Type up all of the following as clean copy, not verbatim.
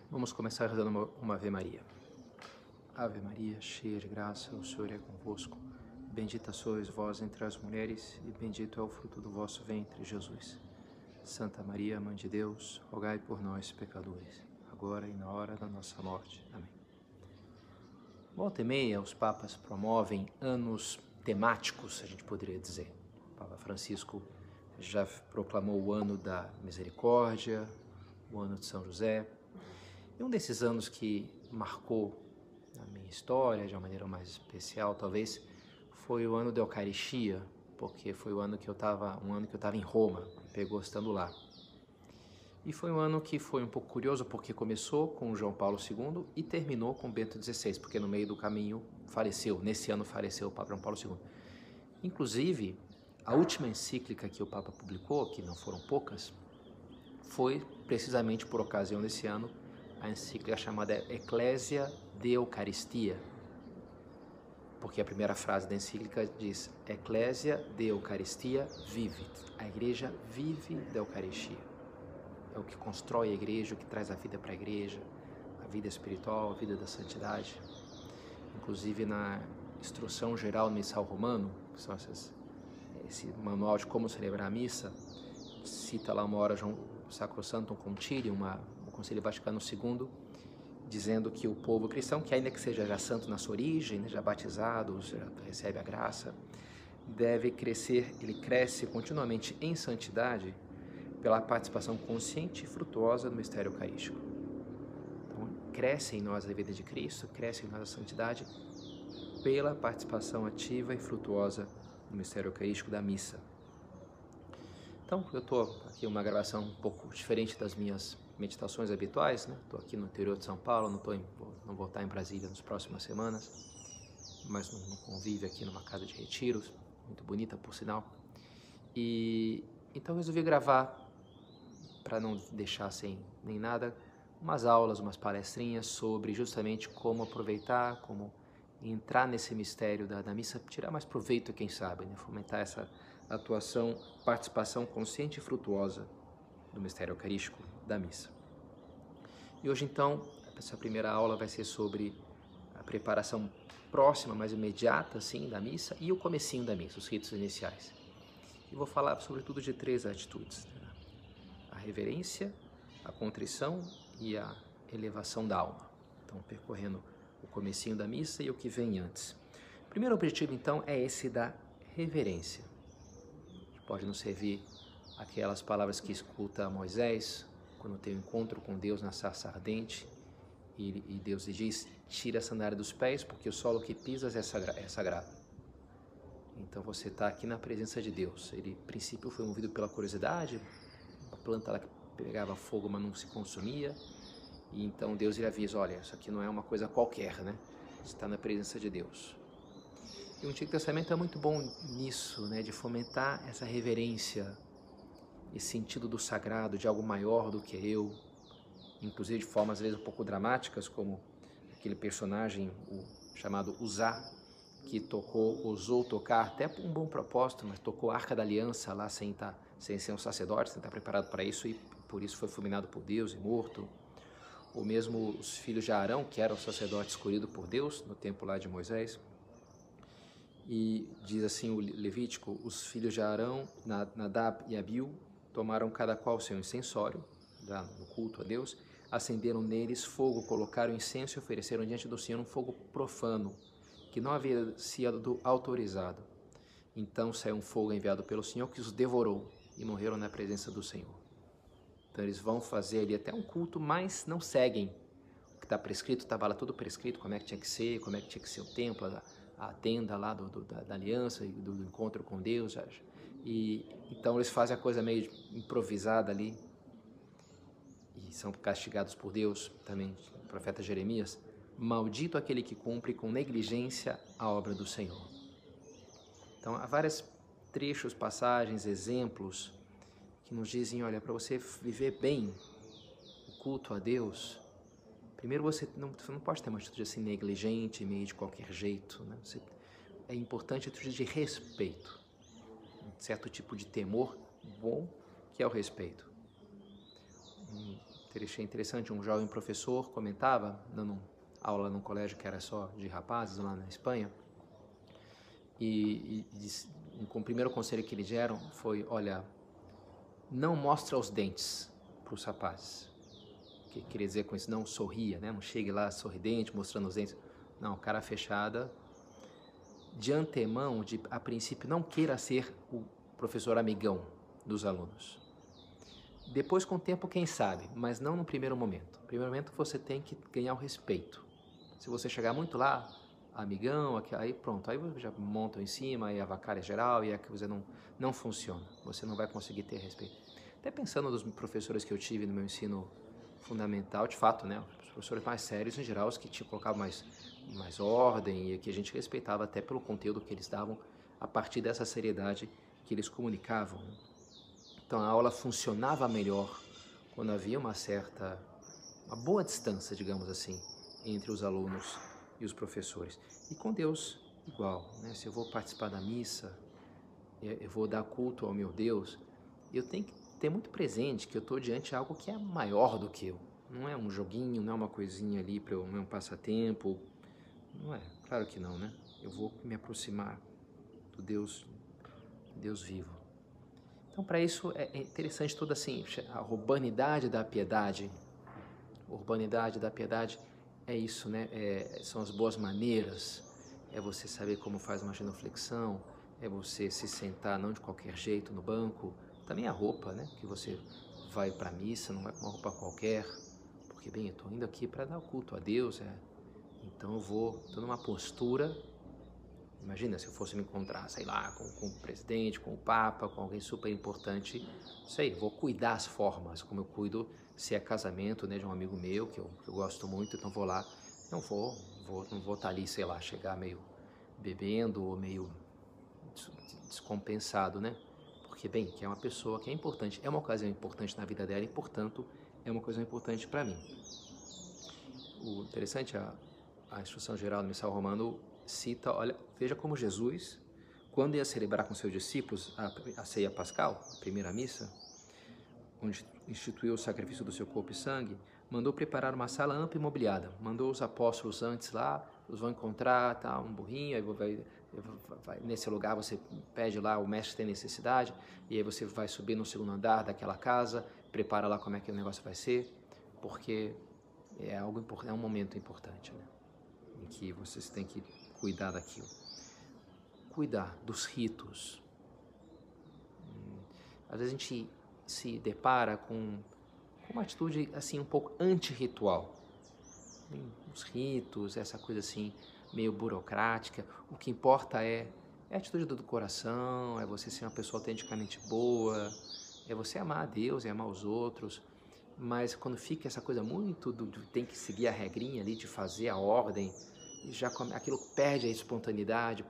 Vamos começar rezando uma Ave Maria. Ave Maria, cheia de graça, o Senhor é convosco. Bendita sois vós entre as mulheres, e bendito é o fruto do vosso ventre, Jesus. Santa Maria, Mãe de Deus, rogai por nós, pecadores, agora e na hora da nossa morte. Amém. Volta e meia, os papas promovem anos temáticos, a gente poderia dizer. O Papa Francisco já proclamou o ano da misericórdia, o ano de São José. E um desses anos que marcou a minha história de uma maneira mais especial, talvez, foi o ano da Eucaristia, porque foi o ano que eu estava em Roma, pegou estando lá. E foi um ano que foi um pouco curioso, porque começou com João Paulo II e terminou com Bento XVI, porque no meio do caminho nesse ano faleceu o Papa João Paulo II. Inclusive, a última encíclica que o Papa publicou, que não foram poucas, foi precisamente por ocasião desse ano, a encíclica chamada Ecclesia de Eucaristia, porque a primeira frase da encíclica diz Ecclesia de Eucaristia vivit, a igreja vive da Eucaristia, é o que constrói a igreja, o que traz a vida para a igreja, a vida espiritual, a vida da santidade. Inclusive na instrução geral missal romano, que são esse manual de como celebrar a missa, cita lá uma hora Sacrosanctum Concilium, o Concílio Vaticano II, dizendo que o povo cristão, que ainda que seja já santo na sua origem, já batizado, já recebe a graça, deve crescer, ele cresce continuamente em santidade pela participação consciente e frutuosa no mistério eucarístico. Então, cresce em nós a vida de Cristo, cresce em nós a santidade pela participação ativa e frutuosa no mistério eucarístico da missa. Então, eu estou aqui uma gravação um pouco diferente das minhas meditações habituais, né? Estou aqui no interior de São Paulo, não vou estar em Brasília nas próximas semanas, mas no convívio aqui numa casa de retiros, muito bonita por sinal. E então resolvi gravar, para não deixar sem nem nada, umas aulas, umas palestrinhas sobre justamente como aproveitar, como entrar nesse mistério da missa, tirar mais proveito, quem sabe, né? Fomentar essa participação consciente e frutuosa do mistério eucarístico da missa. E hoje, então, essa primeira aula vai ser sobre a preparação próxima, mais imediata, assim, da missa e o comecinho da missa, os ritos iniciais. E vou falar, sobretudo, de 3 atitudes: a reverência, a contrição e a elevação da alma. Então, percorrendo o comecinho da missa e o que vem antes. O primeiro objetivo, então, é esse da reverência. Pode nos servir aquelas palavras que escuta Moisés quando tem um encontro com Deus na sarça ardente, e Deus lhe diz: tira a sandália dos pés, porque o solo que pisas é sagrado. Então você está aqui na presença de Deus. Ele, a princípio, foi movido pela curiosidade, a planta lá que pegava fogo, mas não se consumia, e então Deus lhe avisa: olha, isso aqui não é uma coisa qualquer, né? Você está na presença de Deus. E o Antigo Testamento é muito bom nisso, né, de fomentar essa reverência, esse sentido do sagrado, de algo maior do que eu, inclusive de formas às vezes um pouco dramáticas, como aquele personagem chamado Uzá, que ousou tocar, até por um bom propósito, mas tocou a Arca da Aliança lá sem ser um sacerdote, sem estar preparado para isso, e por isso foi fulminado por Deus e morto. Ou mesmo os filhos de Arão, que eram sacerdotes escolhidos por Deus no tempo lá de Moisés. E diz assim o Levítico: os filhos de Arão, Nadab e Abiú, tomaram cada qual seu incensório, já no culto a Deus, acenderam neles fogo, colocaram incenso e ofereceram diante do Senhor um fogo profano, que não havia sido autorizado. Então saiu um fogo enviado pelo Senhor que os devorou e morreram na presença do Senhor. Então eles vão fazer ali até um culto, mas não seguem o que está prescrito, estava lá tudo prescrito, como é que tinha que ser, como é que tinha que ser o templo, a tenda lá da aliança e do encontro com Deus. E então eles fazem a coisa meio improvisada ali e são castigados por Deus também. O profeta Jeremias: maldito aquele que cumpre com negligência a obra do Senhor. Então há vários trechos, passagens, exemplos que nos dizem: olha, para você viver bem o culto a Deus, primeiro você não pode ter uma atitude assim negligente, meio de qualquer jeito, né? É importante a atitude de respeito, um certo tipo de temor bom, que é o respeito. Achei interessante, um jovem professor comentava, dando aula num colégio que era só de rapazes lá na Espanha, e o primeiro conselho que eles deram foi, olha, não mostra os dentes para os rapazes. O que queria dizer com isso? Não sorria, né? Não chegue lá sorridente, mostrando os dentes. Não, cara fechada. De antemão, a princípio, não queira ser o professor amigão dos alunos. Depois, com o tempo, quem sabe, mas não no primeiro momento. No primeiro momento, você tem que ganhar o respeito. Se você chegar muito lá, amigão, aí pronto, aí você já monta em cima, aí a vacária geral, e a coisa não funciona. Você não vai conseguir ter respeito. Até pensando nos professores que eu tive no meu ensino fundamental, de fato, né? Os professores mais sérios, em geral, os que colocavam mais ordem e que a gente respeitava até pelo conteúdo que eles davam a partir dessa seriedade que eles comunicavam. Então a aula funcionava melhor quando havia uma boa distância, digamos assim, entre os alunos e os professores. E com Deus, igual, né? Se eu vou participar da missa, eu vou dar culto ao meu Deus, eu tenho que ter muito presente que eu estou diante de algo que é maior do que eu. Não é um joguinho, não é uma coisinha ali para não é um passatempo. Não é, claro que não, né? Eu vou me aproximar do Deus vivo. Então, para isso é interessante toda assim, a urbanidade da piedade. A urbanidade da piedade é isso, né? São as boas maneiras, é você saber como faz uma genuflexão, é você se sentar não de qualquer jeito no banco. Também a roupa, né? Que você vai para a missa, não vai com uma roupa qualquer, porque, bem, eu estou indo aqui para dar o culto a Deus, então eu estou numa postura. Imagina se eu fosse me encontrar, sei lá, com o presidente, com o papa, com alguém super importante, sei, vou cuidar as formas, como eu cuido se é casamento, né, de um amigo meu, que eu gosto muito, então vou lá, não vou estar ali, sei lá, chegar meio bebendo ou meio descompensado, né? Porque, bem, que é uma pessoa que é importante, é uma ocasião importante na vida dela e, portanto, é uma coisa importante para mim. O interessante, a Instrução Geral do Missal Romano cita, olha, veja como Jesus, quando ia celebrar com seus discípulos a ceia pascal, a primeira missa, onde instituiu o sacrifício do seu corpo e sangue, mandou preparar uma sala ampla e mobiliada. Mandou os apóstolos antes lá, os vão encontrar, tá, um burrinho, aí nesse lugar você pede lá, o mestre tem necessidade, e aí você vai subir no segundo andar daquela casa, prepara lá como é que o negócio vai ser, porque é um momento importante, né? Em que vocês têm que cuidar daquilo. Cuidar dos ritos. Às vezes a gente se depara com uma atitude assim um pouco anti-ritual. Os ritos, essa coisa assim meio burocrática. O que importa é a atitude do coração, é você ser uma pessoa autenticamente boa, é você amar a Deus, é amar os outros. Mas quando fica essa coisa muito tem que seguir a regrinha ali, de fazer a ordem, e aquilo perde a espontaneidade,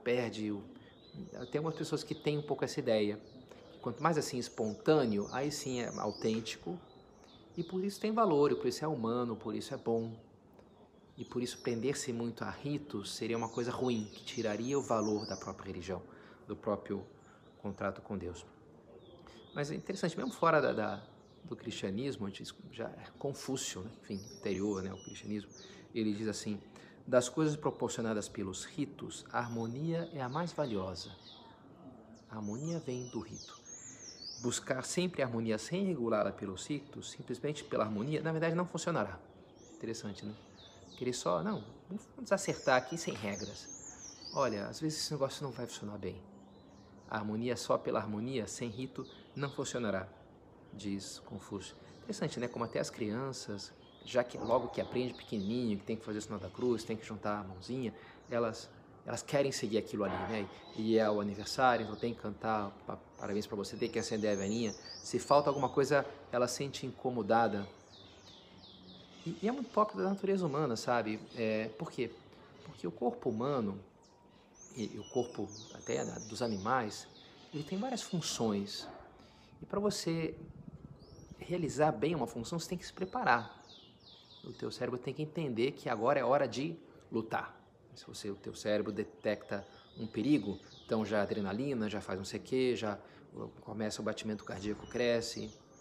Tem algumas pessoas que têm um pouco essa ideia. Quanto mais assim espontâneo, aí sim é autêntico, e por isso tem valor, e por isso é humano, por isso é bom. E por isso prender-se muito a ritos seria uma coisa ruim, que tiraria o valor da própria religião, do próprio contrato com Deus. Mas é interessante, mesmo fora do cristianismo, já é Confúcio, né? Enfim, anterior, né, ao cristianismo, ele diz assim: das coisas proporcionadas pelos ritos, a harmonia é a mais valiosa. A harmonia vem do rito. Buscar sempre a harmonia sem regulá-la pelos ritos, simplesmente pela harmonia, na verdade não funcionará. Interessante, né? Querer só, não, vamos acertar aqui sem regras. Olha, às vezes esse negócio não vai funcionar bem. A harmonia só pela harmonia, sem rito, não funcionará, diz Confúcio. Interessante, né? Como até as crianças, já que logo que aprende pequenininho, que tem que fazer o sinal da cruz, tem que juntar a mãozinha, elas querem seguir aquilo ali, né? E é o aniversário, então tem que cantar parabéns para você, tem que acender a velhinha. Se falta alguma coisa, ela se sente incomodada. E é muito próprio da natureza humana, sabe? Por quê? Porque o corpo humano, e o corpo até dos animais, ele tem várias funções. E para você realizar bem uma função, você tem que se preparar. O teu cérebro tem que entender que agora é hora de lutar. Se o teu cérebro detecta um perigo, então já a adrenalina, já faz um CQ, já começa o batimento cardíaco, cresce.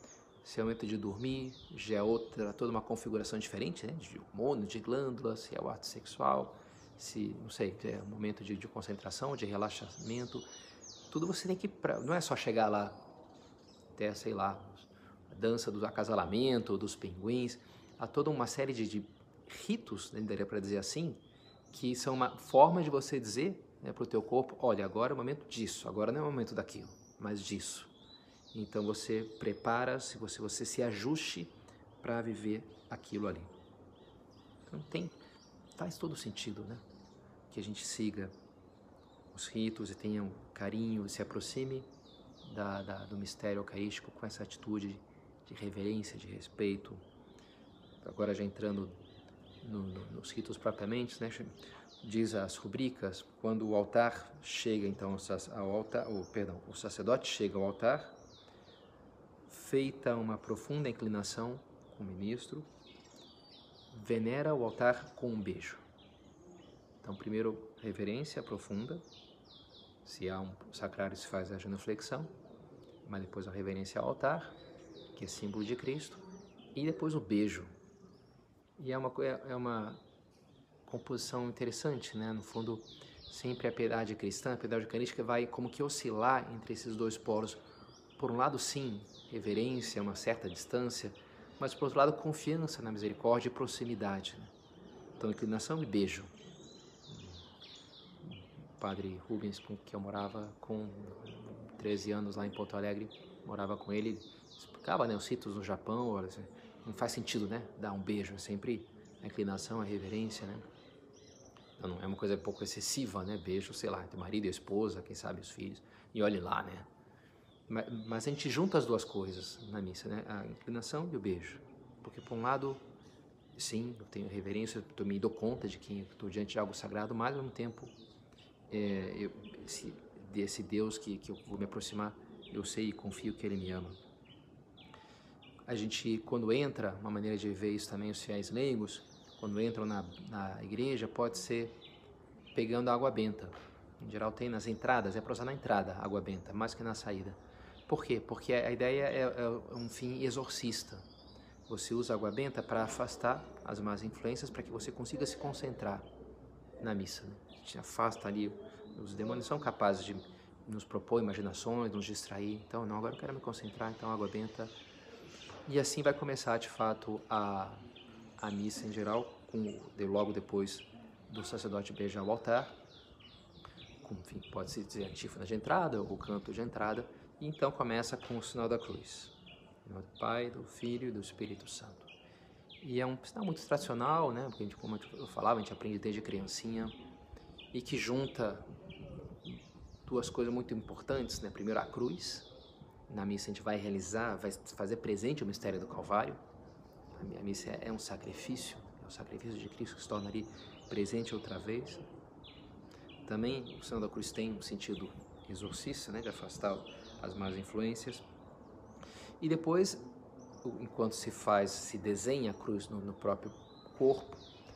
se é o momento de dormir, já é toda uma configuração diferente, né? De hormônios, de glândulas, se é o ato sexual, se, não sei, é um momento de concentração, de relaxamento. Tudo você tem que, não é só chegar lá, até, sei lá, a dança do acasalamento, dos pinguins, há toda uma série de ritos, né, daria para dizer assim, que são uma forma de você dizer, né, para o teu corpo, olha, agora é o momento disso, agora não é o momento daquilo, mas disso. Então você prepara-se, você se ajuste para viver aquilo ali. Então faz todo sentido, né, que a gente siga os ritos e tenha um carinho, se aproxime do mistério eucarístico com essa atitude de reverência, de respeito. Agora já entrando nos ritos propriamente, né? Diz as rubricas, quando o altar chega, então, o sacerdote chega ao altar, feita uma profunda inclinação com o ministro, venera o altar com um beijo. Então, primeiro, reverência profunda, se há um sacrário se faz a genuflexão, mas depois a reverência ao altar, que é símbolo de Cristo, e depois o beijo. E é uma composição interessante, né? No fundo, sempre a piedade cristã, a piedade eucarística vai como que oscilar entre esses dois polos. Por um lado, sim, reverência, uma certa distância, mas por outro lado, confiança na misericórdia e proximidade, né? Então, inclinação e beijo. O padre Rubens, com que eu morava com 13 anos lá em Porto Alegre, morava com ele, explicava, né, os ritos no Japão, olha, não faz sentido, né, dar um beijo, é sempre a inclinação, a reverência, né. Não é uma coisa um pouco excessiva, né, beijo, sei lá, entre o marido e a esposa, quem sabe os filhos, e olhe lá, né. Mas a gente junta as duas coisas na missa, né, a inclinação e o beijo, porque por um lado, sim, eu tenho reverência, eu me dou conta de que estou diante de algo sagrado, mas ao mesmo tempo, desse Deus que eu vou me aproximar, eu sei e confio que Ele me ama. A gente, quando entra, uma maneira de ver isso também, os fiéis leigos, quando entram na igreja, pode ser pegando água benta. Em geral tem nas entradas, é para usar na entrada água benta, mais que na saída. Por quê? Porque a ideia é um fim exorcista. Você usa água benta para afastar as más influências, para que você consiga se concentrar na missa, né? A gente afasta ali, os demônios são capazes de nos propor imaginações, nos distrair. Então, não, agora eu quero me concentrar, então água benta. E assim vai começar, de fato, a missa em geral, logo depois do sacerdote beijar o altar, enfim, pode-se dizer a antífona de entrada, ou o canto de entrada, e então começa com o sinal da cruz. Em nome do Pai, do Filho e do Espírito Santo. E é um sinal muito tradicional, né? Porque, como eu falava, a gente aprende desde criancinha, e que junta duas coisas muito importantes, né? Primeiro, a cruz. Na missa a gente vai fazer presente o mistério do Calvário. A missa é um sacrifício, é o sacrifício de Cristo que se torna ali presente outra vez. Também o sinal da cruz tem um sentido exorcista, né? De afastar as más influências. E depois, enquanto se desenha a cruz no próprio corpo,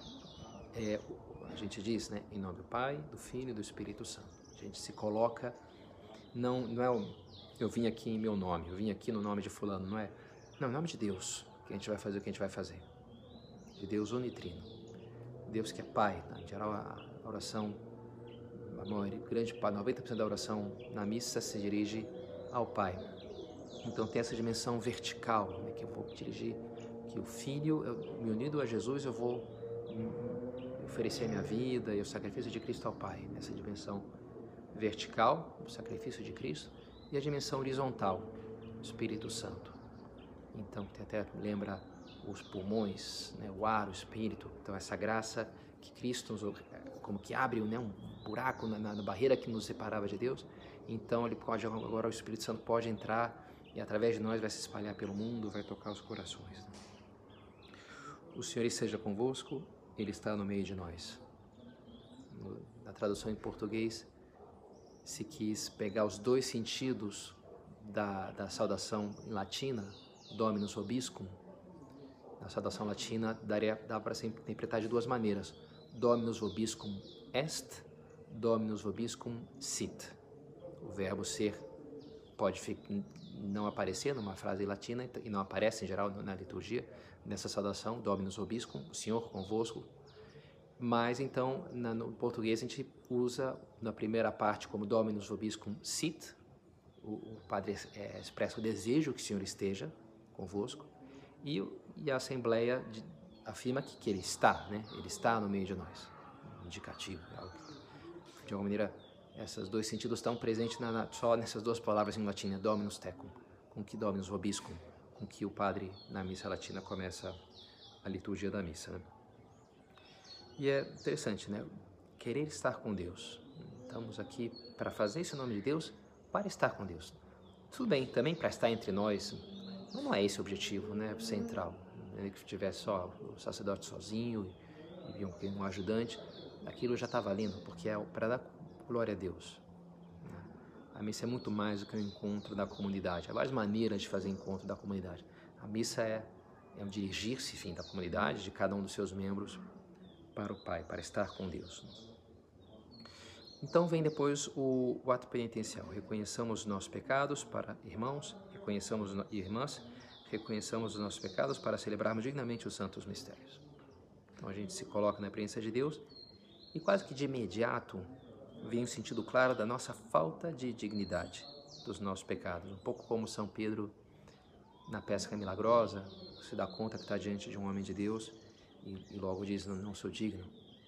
a gente diz, né, em nome do Pai, do Filho e do Espírito Santo. A gente se coloca, não é eu vim aqui em meu nome, eu vim aqui no nome de fulano, não é? Não, em nome de Deus, que a gente vai fazer o que a gente vai fazer. De Deus unitrino. Deus que é Pai, tá? Em geral a oração, a maioria, grande parte, 90% da oração na missa se dirige ao Pai. Então tem essa dimensão vertical, né, que eu vou dirigir, que o Filho, me unido a Jesus, eu vou oferecer a minha vida e o sacrifício de Cristo ao Pai, nessa dimensão vertical, o sacrifício de Cristo, e a dimensão horizontal, o Espírito Santo. Então, até lembra os pulmões, né, o ar, o Espírito. Então, essa graça que Cristo como que abre, né, um buraco na barreira que nos separava de Deus. Então, agora o Espírito Santo pode entrar e através de nós vai se espalhar pelo mundo, vai tocar os corações. O Senhor esteja convosco, Ele está no meio de nós. Na tradução em português, se quis pegar os dois sentidos da saudação latina, Dominus Vobiscum. Na saudação latina dá para ser interpretar de duas maneiras. Dominus Vobiscum est, Dominus Vobiscum sit. O verbo ser pode não aparecer numa frase latina, e não aparece em geral na liturgia, nessa saudação, Dominus vobiscum, o Senhor convosco. Mas então, no português, a gente usa na primeira parte como Dominus vobiscum sit, o padre expressa o desejo que o Senhor esteja convosco, e a Assembleia afirma que Ele está, né? Ele está no meio de nós, indicativo. De alguma maneira, esses dois sentidos estão presentes só nessas duas palavras em latim, Dominus tecum, com que Dominus vobiscum, com que o padre na missa latina começa a liturgia da missa, né? E é interessante, né? Querer estar com Deus. Estamos aqui para fazer esse nome de Deus, para estar com Deus. Tudo bem, também para estar entre nós, mas não é esse o objetivo, né? Central. Que tivesse só o sacerdote sozinho e um ajudante, aquilo já está valendo, porque é para dar glória a Deus. A missa é muito mais do que um encontro da comunidade. Há várias maneiras de fazer encontro da comunidade. A missa é um dirigir-se, enfim, da comunidade, de cada um dos seus membros, para o Pai, para estar com Deus. Então vem depois o ato penitencial. Reconheçamos os nossos pecados para irmãos, irmãs, reconheçamos os nossos pecados para celebrarmos dignamente os santos mistérios. Então a gente se coloca na presença de Deus e quase que de imediato vem o sentido claro da nossa falta de dignidade, dos nossos pecados. Um pouco como São Pedro na pesca milagrosa, se dá conta que está diante de um homem de Deus e logo diz, não sou digno,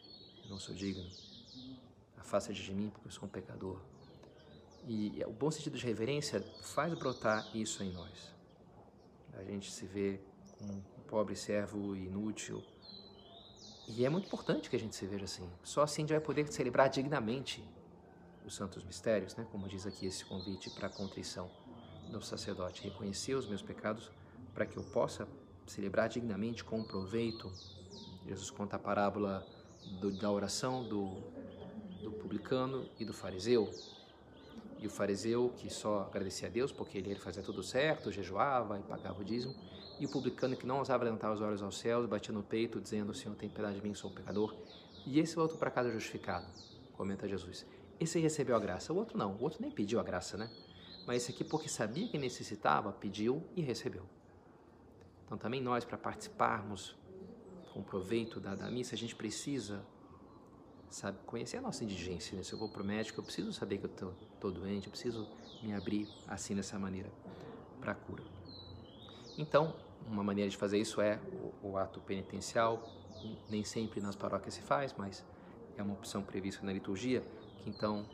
afasta-te de mim porque eu sou um pecador. E o bom sentido de reverência faz brotar isso em nós. A gente se vê como um pobre servo inútil. E é muito importante que a gente se veja assim. Só assim a gente vai poder celebrar dignamente os santos mistérios, né? Como diz aqui esse convite para a contrição do sacerdote. Reconhecer os meus pecados para que eu possa celebrar dignamente com proveito. Jesus conta a parábola da oração do publicano e do fariseu. E o fariseu que só agradecia a Deus porque ele fazia tudo certo, jejuava e pagava o dízimo. E o publicano que não ousava levantar os olhos aos céus, batia no peito dizendo, Senhor, tem piedade de mim, sou um pecador. E esse voltou para casa justificado, comenta Jesus. Esse recebeu a graça, o outro não, o outro nem pediu a graça, né? Mas esse aqui, porque sabia que necessitava, pediu e recebeu. Então também nós, para participarmos com proveito da missa, a gente precisa, sabe, conhecer a nossa indigência, né? Se eu vou para o médico, eu preciso saber que eu estou doente, eu preciso me abrir assim dessa maneira para a cura. Então, uma maneira de fazer isso é o ato penitencial, nem sempre nas paróquias se faz, mas é uma opção prevista na liturgia, que então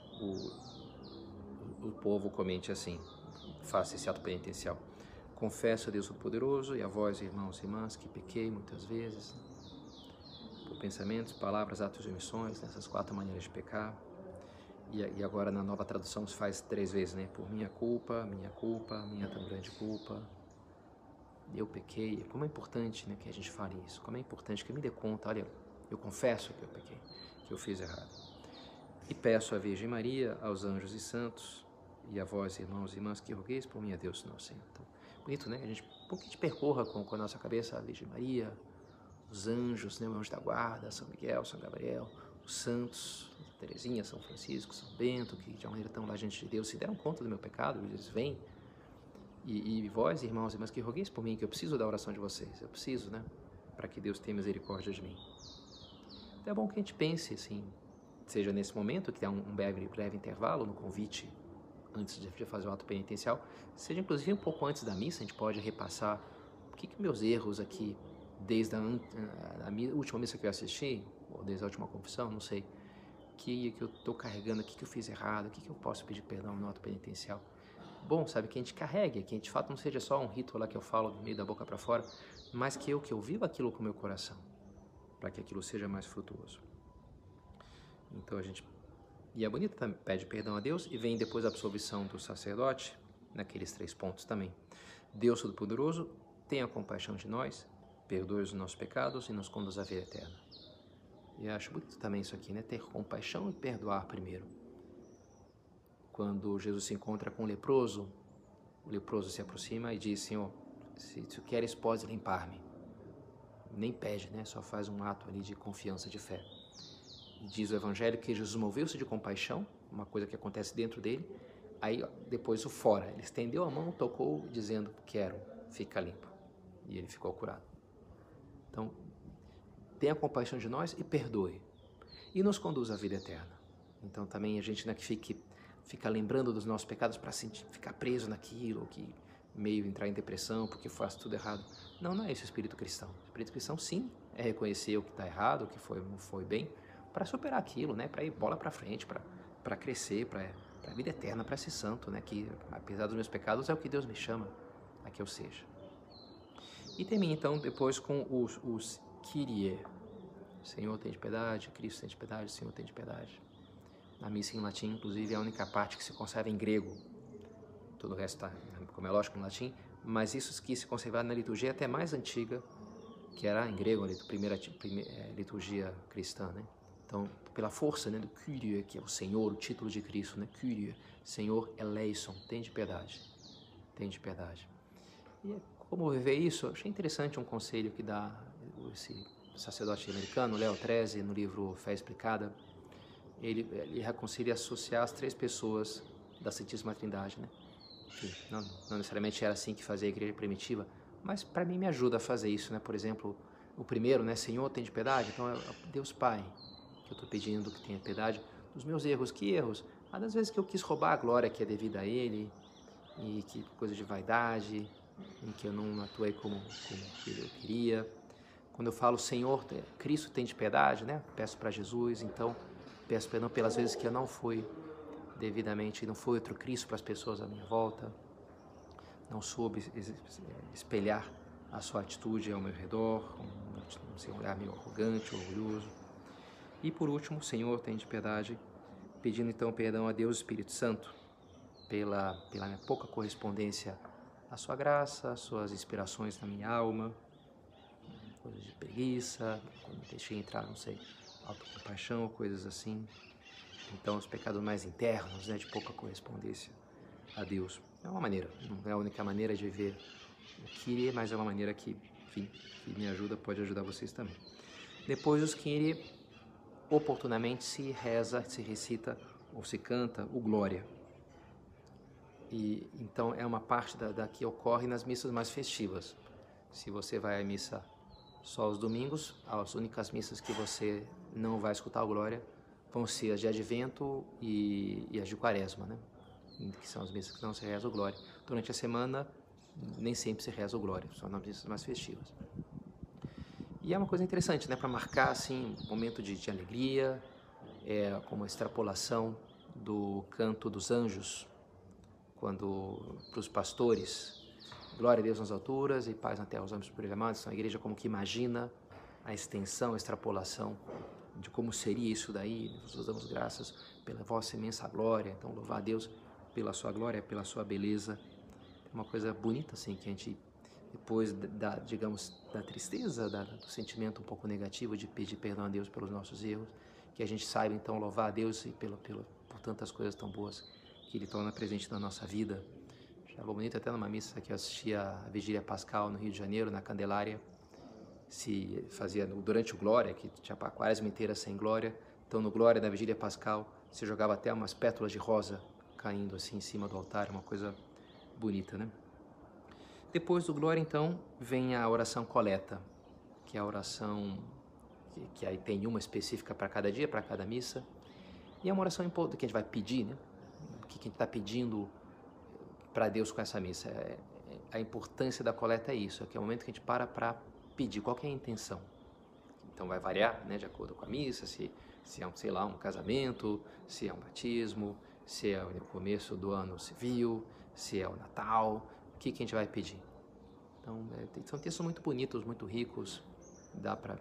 o povo comente assim, faça esse ato penitencial. Confesso a Deus Todo-Poderoso e a vós, irmãos e irmãs, que pequei muitas vezes, por pensamentos, palavras, atos e omissões, nessas 4 maneiras de pecar. E agora na nova tradução se faz 3 vezes, né? Por minha culpa, minha tão grande culpa, eu pequei. Como é importante, né, que a gente fale isso, como é importante que eu me dê conta, olha, eu confesso que eu pequei, que eu fiz errado. E peço à Virgem Maria, aos anjos e santos, e a vós, irmãos e irmãs, que rogueis por mim a Deus nosso Senhor. Então, bonito, né? A gente percorra com a nossa cabeça a Virgem Maria, os anjos, né? O anjo da guarda, São Miguel, São Gabriel, os santos, Teresinha, São Francisco, São Bento, que de uma maneira estão lá diante de Deus, se deram conta do meu pecado, eles vêm. E vós, irmãos e irmãs, que rogueis por mim, que eu preciso da oração de vocês, eu preciso, né? Para que Deus tenha misericórdia de mim. Então é bom que a gente pense, assim, seja nesse momento, que tem um breve intervalo no convite, antes de fazer o ato penitencial, seja inclusive um pouco antes da missa, a gente pode repassar o que meus erros aqui, desde a última missa que eu assisti, ou desde a última confissão, não sei, que eu estou carregando, o que eu fiz errado, o que eu posso pedir perdão no ato penitencial. Bom, sabe, que a gente carregue, que a gente, de fato, não seja só um rito lá que eu falo do meio da boca para fora, mas que eu viva aquilo com o meu coração, para que aquilo seja mais frutuoso. Então a gente... E é bonito também, pede perdão a Deus e vem depois a absolvição do sacerdote, naqueles 3 pontos também. Deus Todo-Poderoso, tenha compaixão de nós, perdoe os nossos pecados e nos conduz à vida eterna. E eu acho bonito também isso aqui, né? Ter compaixão e perdoar primeiro. Quando Jesus se encontra com o leproso se aproxima e diz, Senhor, se tu queres, pode limpar-me. Nem pede, né? Só faz um ato ali de confiança, de fé. E diz o Evangelho que Jesus moveu-se de compaixão, uma coisa que acontece dentro dele, Aí depois o fora, ele estendeu a mão, tocou, dizendo, quero, fica limpo. E ele ficou curado. Então, tenha compaixão de nós e perdoe. E nos conduz à vida eterna. Então também a gente não é que fica lembrando dos nossos pecados para ficar preso naquilo, que meio entrar em depressão porque faz tudo errado. Não é esse o espírito cristão. O espírito cristão sim é reconhecer o que está errado, o que não foi bem, para superar aquilo, né? Para ir bola para frente, para crescer, para a vida eterna, para ser santo, né? Que apesar dos meus pecados é o que Deus me chama a que eu seja. E termina então depois com os Kyrie. Senhor, tem de piedade, Cristo tem de piedade, Senhor, tem de piedade. Na missa em latim, inclusive, é a única parte que se conserva em grego. Todo o resto está, como é lógico, em latim, mas isso que se conservar na liturgia até mais antiga, que era em grego, a primeira liturgia cristã, né? Então, pela força, né, do Kyrie, que é o Senhor, o título de Cristo, né? Kyrie, Senhor eleison, tem de piedade, tem de piedade. E como viver isso? Eu achei interessante um conselho que dá esse sacerdote americano, Leo XIII, no livro Fé Explicada. Ele reconcilia associar as 3 pessoas da Santíssima Trindade, né? Que não necessariamente era assim que fazia a igreja primitiva, mas para mim me ajuda a fazer isso, né? Por exemplo, o primeiro, né? Senhor, tem de piedade? Então é Deus Pai que eu estou pedindo que tenha piedade dos meus erros. Que erros? Das vezes que eu quis roubar a glória que é devida a Ele, e que coisa de vaidade, em que eu não atuei como eu queria. Quando eu falo, Senhor, Cristo tem de piedade, né? Peço para Jesus, então peço perdão pelas vezes que eu não fui devidamente, não fui outro Cristo para as pessoas à minha volta, não soube espelhar a sua atitude ao meu redor, um olhar meio arrogante, orgulhoso. E por último, Senhor, tem de piedade, pedindo então perdão a Deus Espírito Santo pela minha pouca correspondência à sua graça, às suas inspirações na minha alma, coisas de preguiça, quando me deixei entrar, não sei, autocompaixão, coisas assim. Então, os pecados mais internos, né, de pouca correspondência a Deus. É uma maneira, não é a única maneira de viver o Kyrie, mas é uma maneira que, enfim, que me ajuda, pode ajudar vocês também. Depois, os Kyrie, oportunamente se reza, se recita ou se canta o Glória. E então é uma parte da que ocorre nas missas mais festivas. Se você vai à missa só aos domingos, as únicas missas que você não vai escutar o Glória vão ser as de Advento e as de Quaresma, né? Que são as missas que não se reza o Glória. Durante a semana, nem sempre se reza o Glória, são nas missas mais festivas. E é uma coisa interessante, né? Para marcar, assim, um momento de alegria, como a extrapolação do canto dos anjos, quando para os pastores, glória a Deus nas alturas e paz na terra aos homens programados. Então a igreja como que imagina a extensão, a extrapolação de como seria isso daí. Nós damos graças pela vossa imensa glória. Então louvar a Deus pela sua glória, pela sua beleza. É uma coisa bonita assim que a gente, depois da tristeza, do sentimento um pouco negativo de pedir perdão a Deus pelos nossos erros, que a gente saiba então louvar a Deus e por tantas coisas tão boas que Ele torna presente na nossa vida. Estava bonito até numa missa que eu assistia a Vigília Pascal no Rio de Janeiro, na Candelária, se fazia durante o Glória, que tinha a quaresma inteira sem Glória. Então no Glória da Vigília Pascal se jogava até umas pétalas de rosa caindo assim em cima do altar, uma coisa bonita, né? Depois do Glória, então, vem a oração coleta, que é a oração que aí tem uma específica para cada dia, para cada missa. E é uma oração importante que a gente vai pedir, né? O que a gente está pedindo para Deus com essa missa? A importância da coleta é isso, que é o momento que a gente para pedir qual que é a intenção. Então vai variar, né, de acordo com a missa, se é um, sei lá, um casamento, se é um batismo, se é o começo do ano civil, se é o Natal, o que a gente vai pedir. Então, são textos muito bonitos, muito ricos, dá para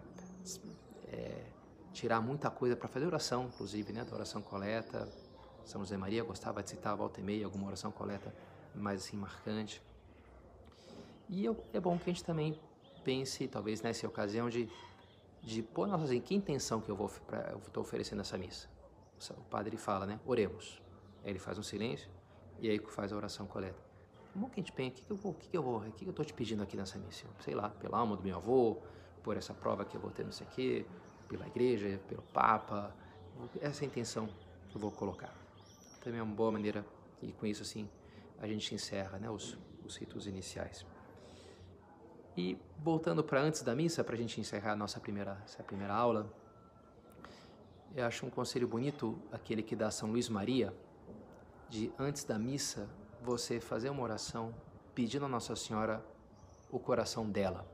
tirar muita coisa para fazer oração, inclusive, né, da oração coleta. São José Maria gostava de citar volta e meia alguma oração coleta mais assim marcante. E é bom que a gente também pense, talvez nessa ocasião, de pôr nossa assim, que intenção que eu estou oferecendo nessa missa. O padre fala, né, oremos. Aí ele faz um silêncio e aí faz a oração coleta. Como que a gente pensa, o que eu estou te pedindo aqui nessa missa? Sei lá, pela alma do meu avô, por essa prova que eu vou ter não sei o quê, pela igreja, pelo Papa, essa é a intenção que eu vou colocar. Também é uma boa maneira E com isso, assim, a gente encerra, né, os ritos iniciais. E voltando para antes da missa, para a gente encerrar essa primeira aula, eu acho um conselho bonito aquele que dá São Luís Maria, de antes da missa você fazer uma oração pedindo a Nossa Senhora o coração dela.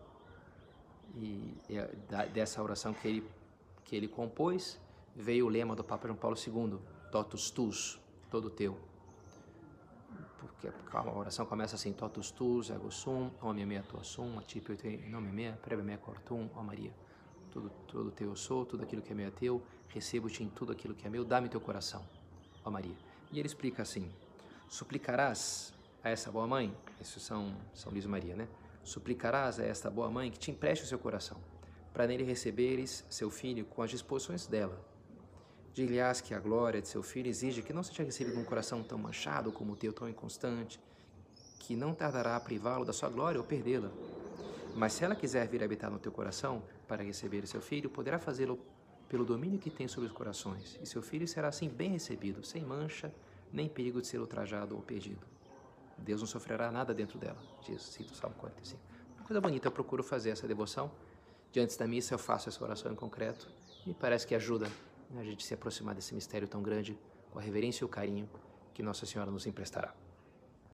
E dessa oração que ele compôs, veio o lema do Papa João Paulo II, Totus Tuus, todo teu. Porque a oração começa assim, Totus Tuus, ego sum, omnia mea tua sum, atipio te in nomine mea, prebe mea cortum, ó Maria. Tudo teu eu sou, tudo aquilo que é meu é teu, recebo-te em tudo aquilo que é meu, dá-me teu coração, ó Maria. E ele explica assim, suplicarás a essa boa mãe, isso São Luís Maria, né? Suplicarás a esta boa mãe que te empreste o seu coração, para nele receberes seu filho com as disposições dela. Dir-lhe-ás que a glória de seu filho exige que não seja recebido um coração tão manchado como o teu, tão inconstante, que não tardará a privá-lo da sua glória ou perdê-la. Mas se ela quiser vir habitar no teu coração para receber seu filho, poderá fazê-lo pelo domínio que tem sobre os corações, e seu filho será assim bem recebido, sem mancha, nem perigo de ser ultrajado ou perdido. Deus não sofrerá nada dentro dela, diz, cita o Salmo 45. Uma coisa bonita, eu procuro fazer essa devoção. Diante da missa eu faço essa oração em concreto, e parece que ajuda a gente se aproximar desse mistério tão grande, com a reverência e o carinho que Nossa Senhora nos emprestará.